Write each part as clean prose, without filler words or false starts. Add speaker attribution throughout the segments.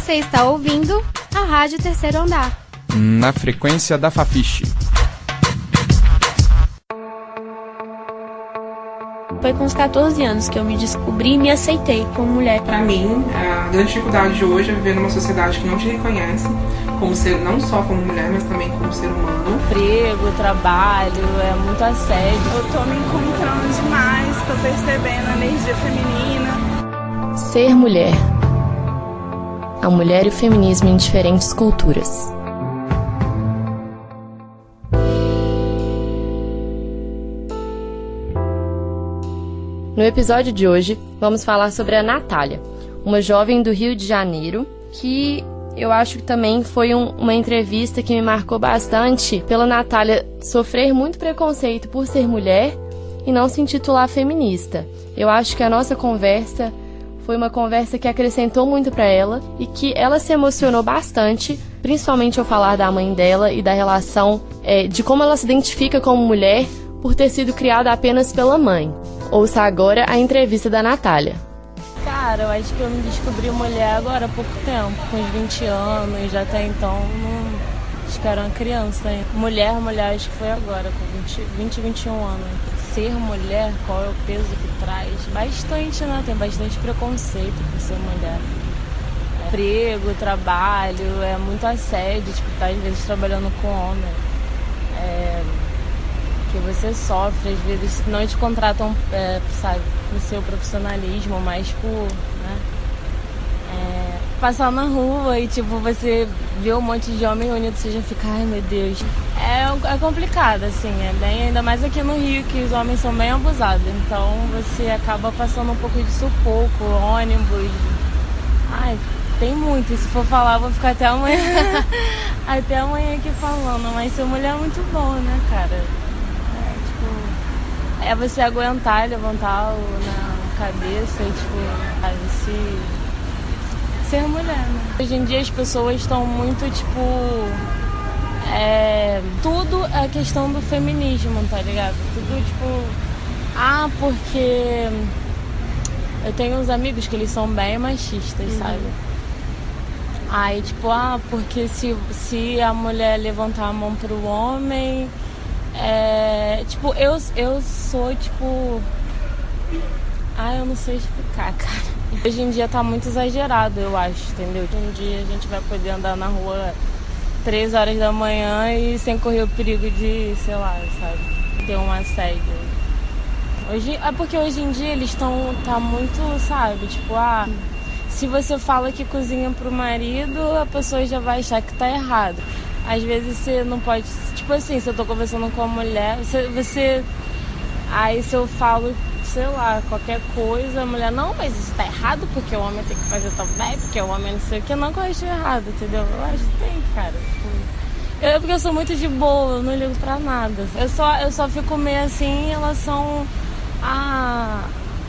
Speaker 1: Você está ouvindo a Rádio Terceiro Andar.
Speaker 2: Na frequência da Fafiche.
Speaker 3: Foi com os 14 anos que eu me descobri e me aceitei como mulher.
Speaker 4: Pra mim, a grande dificuldade de hoje é viver numa sociedade que não te reconhece como ser, não só como mulher, mas também como ser humano.
Speaker 5: Emprego, trabalho, é muito assédio.
Speaker 6: Eu tô me encontrando demais, tô percebendo a energia feminina.
Speaker 7: Ser mulher. A mulher e o feminismo em diferentes culturas. No episódio de hoje, vamos falar sobre a Natália, uma jovem do Rio de Janeiro, que eu acho que também foi uma entrevista que me marcou bastante pela Natália sofrer muito preconceito por ser mulher e não se intitular feminista. Eu acho que a nossa conversa foi uma conversa que acrescentou muito para ela e que ela se emocionou bastante, principalmente ao falar da mãe dela e da relação de como ela se identifica como mulher por ter sido criada apenas pela mãe. Ouça agora a entrevista da Natália.
Speaker 5: Cara, eu acho que eu me descobri mulher agora há pouco tempo, com uns 20 anos, já até então acho que era uma criança. Hein? Mulher, acho que foi agora, com 20, 21 anos. Ser mulher, qual é o peso que traz? Bastante, né? Tem bastante preconceito por ser mulher. Emprego, trabalho, é muito assédio, tipo, tá às vezes trabalhando com homem. Que você sofre, às vezes não te contratam, sabe, pro seu profissionalismo, mas por, né, passar na rua e, tipo, você vê um monte de homem unido, você já fica, ai meu Deus. É complicado, assim, ainda mais aqui no Rio, que os homens são bem abusados, então você acaba passando um pouco de sufoco, ônibus, tem muito, e se for falar, eu vou ficar até amanhã, até amanhã aqui falando, mas ser mulher é muito bom, né, cara? É você aguentar, levantar na cabeça e, tipo, ser mulher, né? Hoje em dia as pessoas estão muito, tipo, tudo é questão do feminismo, tá ligado? Tudo, tipo, porque eu tenho uns amigos que eles são bem machistas, sabe? Aí, tipo, porque se a mulher levantar a mão pro homem... tipo, eu sou, tipo... eu não sei explicar, cara. Hoje em dia tá muito exagerado, eu acho, entendeu? Hoje em dia a gente vai poder andar na rua 3 horas da manhã e sem correr o perigo de, sei lá, sabe, ter um assédio. Porque hoje em dia eles tá muito, sabe, tipo, se você fala que cozinha pro marido, a pessoa já vai achar que tá errado. Às vezes você não pode... Tipo assim, se eu tô conversando com uma mulher, você... Aí se eu falo, sei lá, qualquer coisa, a mulher... Não, mas isso tá errado, porque o homem tem que fazer também, porque o homem não sei o que. Não que eu acho errado, entendeu? Eu acho que tem, cara. Porque eu sou muito de boa, eu não ligo pra nada. Eu só fico meio assim em relação a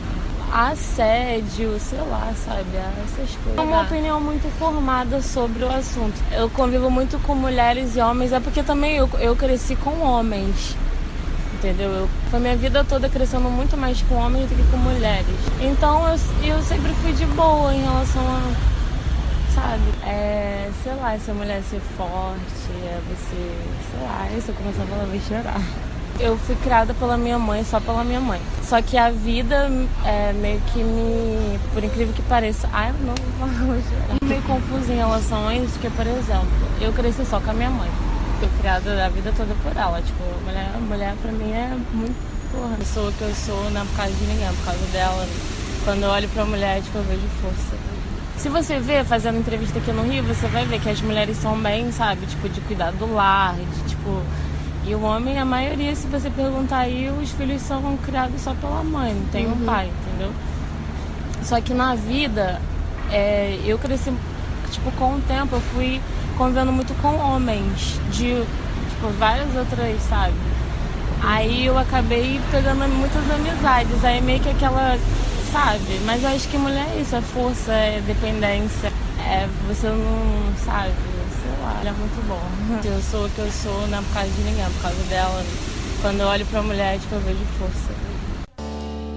Speaker 5: assédio, sei lá, sabe, essas coisas. Tenho uma opinião muito formada sobre o assunto. Eu convivo muito com mulheres e homens, porque também eu cresci com homens, entendeu? Foi minha vida toda crescendo muito mais com homens do que com mulheres. Então eu sempre fui de boa em relação a, sabe, sei lá, se a mulher ser forte, você, sei lá, se eu começar a falar, eu vou chorar. Eu fui criada pela minha mãe, só pela minha mãe. Só que a vida meio que por incrível que pareça, eu não vou chorar. Meio confusa em relação a isso, porque, por exemplo, eu cresci só com a minha mãe. Fui criada a vida toda por ela. Tipo, mulher pra mim é muito, porra. Eu sou o que eu sou, não é por causa de ninguém, é por causa dela. Quando eu olho pra mulher, tipo, eu vejo força. Se você vê, fazendo entrevista aqui no Rio, você vai ver que as mulheres são bem, sabe, tipo, de cuidar do lar, de, tipo... E o homem, a maioria, se você perguntar aí, os filhos são criados só pela mãe, não tem um pai, entendeu? Só que na vida, eu cresci, tipo, com o tempo, eu fui convivendo muito com homens, de, tipo, várias outras, sabe? Aí eu acabei pegando muitas amizades, aí meio que aquela, sabe? Mas eu acho que mulher é isso, é força, é dependência, você não, sabe? Sei lá, é muito bom. Eu sou o que eu sou, não é por causa de ninguém, é por causa dela. Quando eu olho pra mulher, tipo, eu vejo força.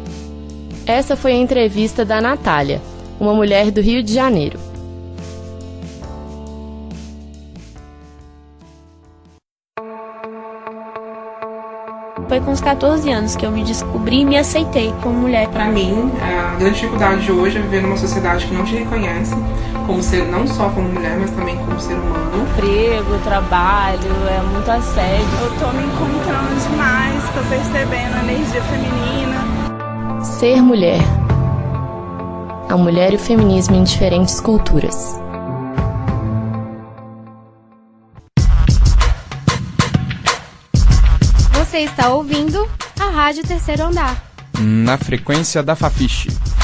Speaker 7: Essa foi a entrevista da Natália, uma mulher do Rio de Janeiro.
Speaker 3: Foi com os 14 anos que eu me descobri e me aceitei como mulher.
Speaker 4: Para mim, a grande dificuldade de hoje é viver numa sociedade que não te reconhece como ser, não só como mulher, mas também como ser humano.
Speaker 5: Emprego, trabalho, é muito assédio.
Speaker 6: Eu tô me encontrando demais, tô percebendo a energia feminina.
Speaker 7: Ser mulher. A mulher e o feminismo em diferentes culturas.
Speaker 1: Você está ouvindo a Rádio Terceiro Andar.
Speaker 2: Na frequência da Fafiche.